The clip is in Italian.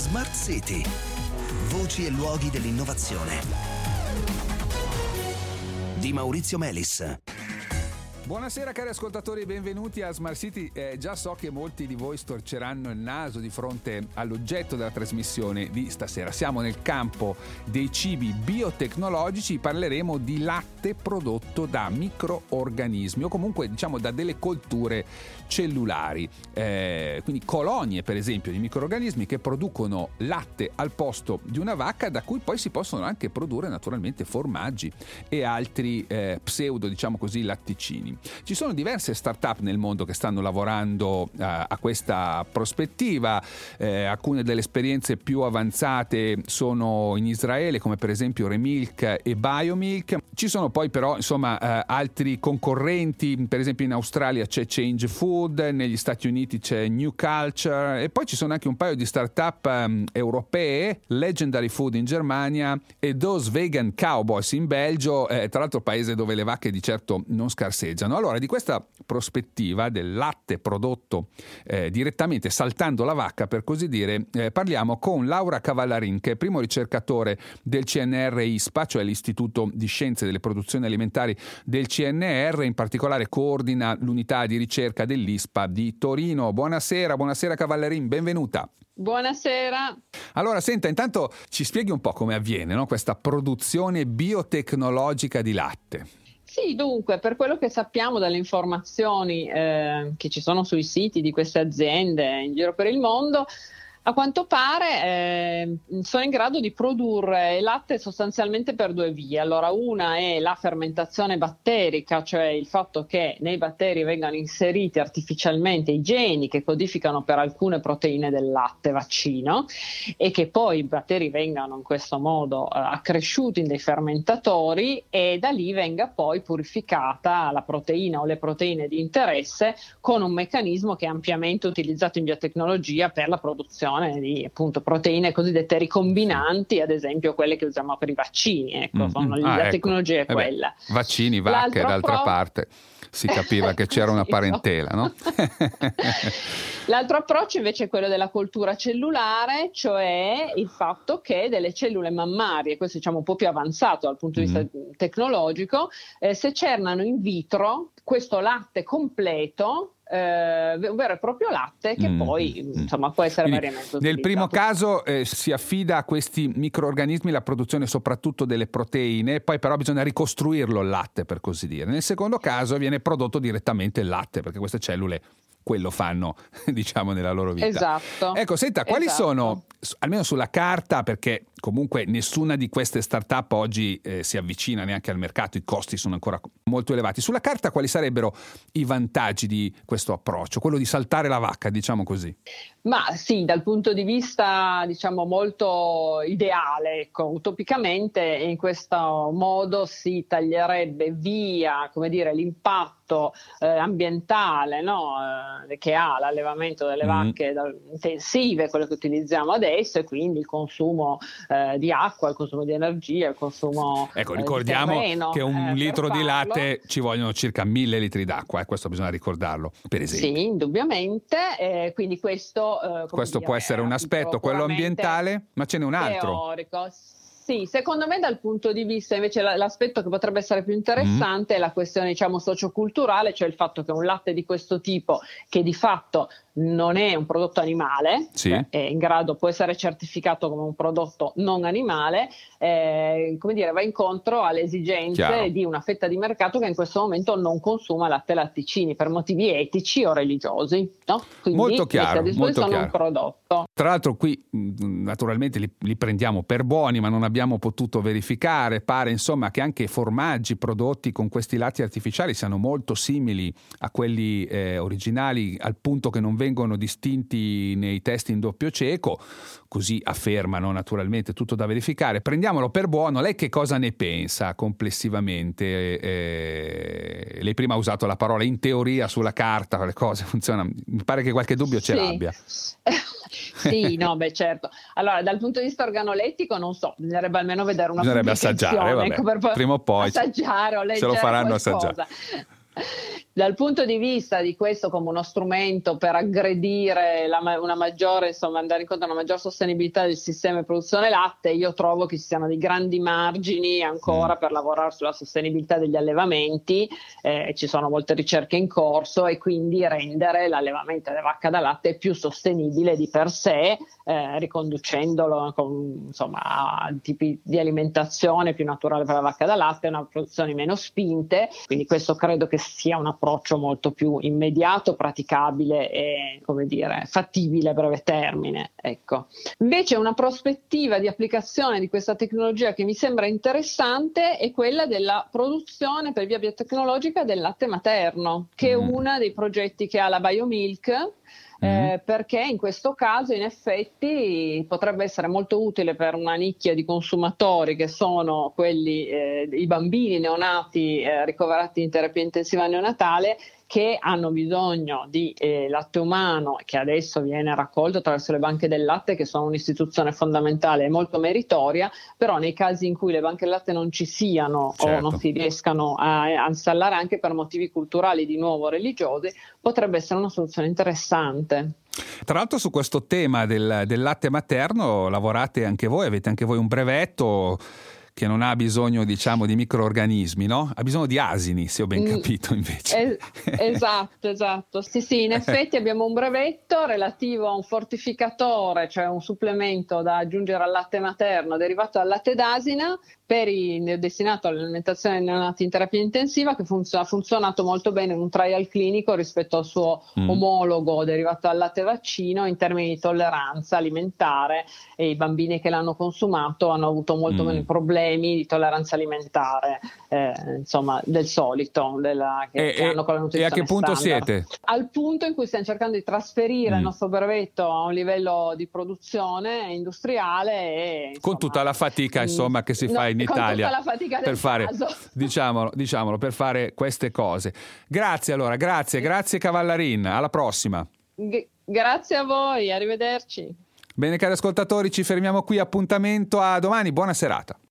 Smart City. Voci e luoghi dell'innovazione. Di Maurizio Melis. Buonasera cari ascoltatori, benvenuti a Smart City. Già so che molti di voi storceranno il naso di fronte all'oggetto della trasmissione di stasera. Siamo nel campo dei cibi biotecnologici, parleremo di latte prodotto da microorganismi o comunque diciamo da delle colture cellulari, quindi colonie per esempio di microorganismi che producono latte al posto di una vacca, da cui poi si possono anche produrre naturalmente formaggi e altri pseudo, diciamo così, latticini. Ci sono diverse start-up nel mondo che stanno lavorando a questa prospettiva, alcune delle esperienze più avanzate sono in Israele, come per esempio Remilk e Biomilk. Ci sono poi però altri concorrenti, per esempio in Australia c'è Change Food, negli Stati Uniti c'è New Culture e poi ci sono anche un paio di start-up europee, Legendary Food in Germania e Those Vegan Cowboys in Belgio, tra l'altro paese dove le vacche di certo non scarseggiano. Allora, di questa prospettiva del latte prodotto direttamente saltando la vacca, per così dire, parliamo con Laura Cavallarin, che è primo ricercatore del CNR-ISPA, cioè l'Istituto di Scienze delle Produzioni Alimentari del CNR, in particolare coordina l'unità di ricerca dell'ISPA di Torino. Buonasera Cavallarin, benvenuta. Buonasera. Allora, senta, intanto ci spieghi un po' come avviene, no? Questa produzione biotecnologica di latte. Sì, dunque, per quello che sappiamo dalle informazioni che ci sono sui siti di queste aziende in giro per il mondo, a quanto pare sono in grado di produrre latte sostanzialmente per due vie. Allora, una è la fermentazione batterica, cioè il fatto che nei batteri vengano inseriti artificialmente i geni che codificano per alcune proteine del latte vaccino e che poi i batteri vengano in questo modo accresciuti in dei fermentatori e da lì venga poi purificata la proteina o le proteine di interesse con un meccanismo che è ampiamente utilizzato in biotecnologia per la produzione di appunto proteine cosiddette ricombinanti, ad esempio quelle che usiamo per i vaccini, la tecnologia è quella. Vaccini, vacche, d'altra parte si capiva che c'era una parentela, no? L'altro approccio invece è quello della coltura cellulare, cioè il fatto che delle cellule mammarie, questo diciamo un po' più avanzato dal punto di vista tecnologico, secernano in vitro questo latte completo, un vero e proprio latte che poi può essere variamente utilizzato. Nel primo caso si affida a questi microorganismi la produzione soprattutto delle proteine, poi però bisogna ricostruirlo il latte, per così dire. Nel secondo caso viene prodotto direttamente il latte, perché queste cellule quello fanno, diciamo, nella loro vita. Esatto. Ecco, senta, quali sono, almeno sulla carta, perché comunque nessuna di queste start-up oggi si avvicina neanche al mercato, i costi sono ancora molto elevati. Sulla carta quali sarebbero i vantaggi di questo approccio, quello di saltare la vacca, diciamo così? Ma sì, dal punto di vista diciamo molto ideale, ecco, utopicamente in questo modo si taglierebbe via, come dire, l'impatto ambientale, no? Che ha l'allevamento delle vacche intensive, quello che utilizziamo adesso, e quindi il consumo di acqua, il consumo di energia, il consumo ricordiamo di terreno, che un litro di farlo. Latte ci vogliono circa 1000 litri d'acqua, questo bisogna ricordarlo, per esempio. Sì, indubbiamente, quindi questo può essere un aspetto, quello ambientale, ma ce n'è un altro. Teorico. Sì, secondo me dal punto di vista invece l'aspetto che potrebbe essere più interessante è la questione diciamo socioculturale, cioè il fatto che un latte di questo tipo, che di fatto non è un prodotto animale, è in grado, può essere certificato come un prodotto non animale, come dire, va incontro alle esigenze di una fetta di mercato che in questo momento non consuma latte e latticini per motivi etici o religiosi, no? Quindi molto chiaro, a disposizione un prodotto. Tra l'altro qui naturalmente li prendiamo per buoni, ma non abbiamo potuto verificare. Pare insomma che anche formaggi prodotti con questi latti artificiali siano molto simili a quelli originali, al punto che non vengono distinti nei test in doppio cieco, così affermano, naturalmente tutto da verificare. Prendiamolo per buono. Lei che cosa ne pensa complessivamente? Lei prima ha usato la parola in teoria, sulla carta le cose funzionano, mi pare che qualche dubbio ce l'abbia. Sì, no, beh certo. Allora, dal punto di vista organolettico non so, bisognerebbe almeno vedere una assaggiare, vabbè. Ecco, prima o poi assaggiare o leggere ce lo faranno qualcosa. assaggiare. Dal punto di vista di questo come uno strumento per aggredire una maggiore, insomma, andare incontro a una maggior sostenibilità del sistema di produzione latte, io trovo che ci siano dei grandi margini ancora per lavorare sulla sostenibilità degli allevamenti, ci sono molte ricerche in corso, e quindi rendere l'allevamento delle vacche da latte più sostenibile di per sé, riconducendolo a tipi di alimentazione più naturale per la vacca da latte, una produzione meno spinte. Quindi questo credo che sia un approccio molto più immediato, praticabile e, come dire, fattibile a breve termine. Ecco. Invece una prospettiva di applicazione di questa tecnologia che mi sembra interessante è quella della produzione per via biotecnologica del latte materno, che è uno dei progetti che ha la Biomilk. Perché in questo caso in effetti potrebbe essere molto utile per una nicchia di consumatori che sono quelli, i bambini neonati ricoverati in terapia intensiva neonatale, che hanno bisogno di latte umano, che adesso viene raccolto attraverso le banche del latte, che sono un'istituzione fondamentale e molto meritoria, però nei casi in cui le banche del latte non ci siano, certo, o non si riescano a installare anche per motivi culturali, di nuovo religiosi, potrebbe essere una soluzione interessante. Tra l'altro su questo tema del latte materno lavorate anche voi, avete anche voi un brevetto che non ha bisogno, diciamo, di microorganismi, no? Ha bisogno di asini, se ho ben capito, invece. Esatto. Sì, in effetti abbiamo un brevetto relativo a un fortificatore, cioè un supplemento da aggiungere al latte materno derivato dal latte d'asina, destinato all'alimentazione dei neonati in terapia intensiva, che ha funzionato molto bene in un trial clinico rispetto al suo omologo derivato dal latte vaccino in termini di tolleranza alimentare, e i bambini che l'hanno consumato hanno avuto molto meno problemi di tolleranza alimentare, del solito, che hanno con la nutrizione. E a che punto standard. siete? Al punto in cui stiamo cercando di trasferire il nostro brevetto a un livello di produzione industriale, e, con tutta la fatica, insomma, che si fa in Italia con tutta la fatica per fare, diciamolo, per fare queste cose. Grazie Cavallarin, alla prossima. Grazie a voi, arrivederci. Bene, cari ascoltatori, ci fermiamo qui, appuntamento a domani, buona serata.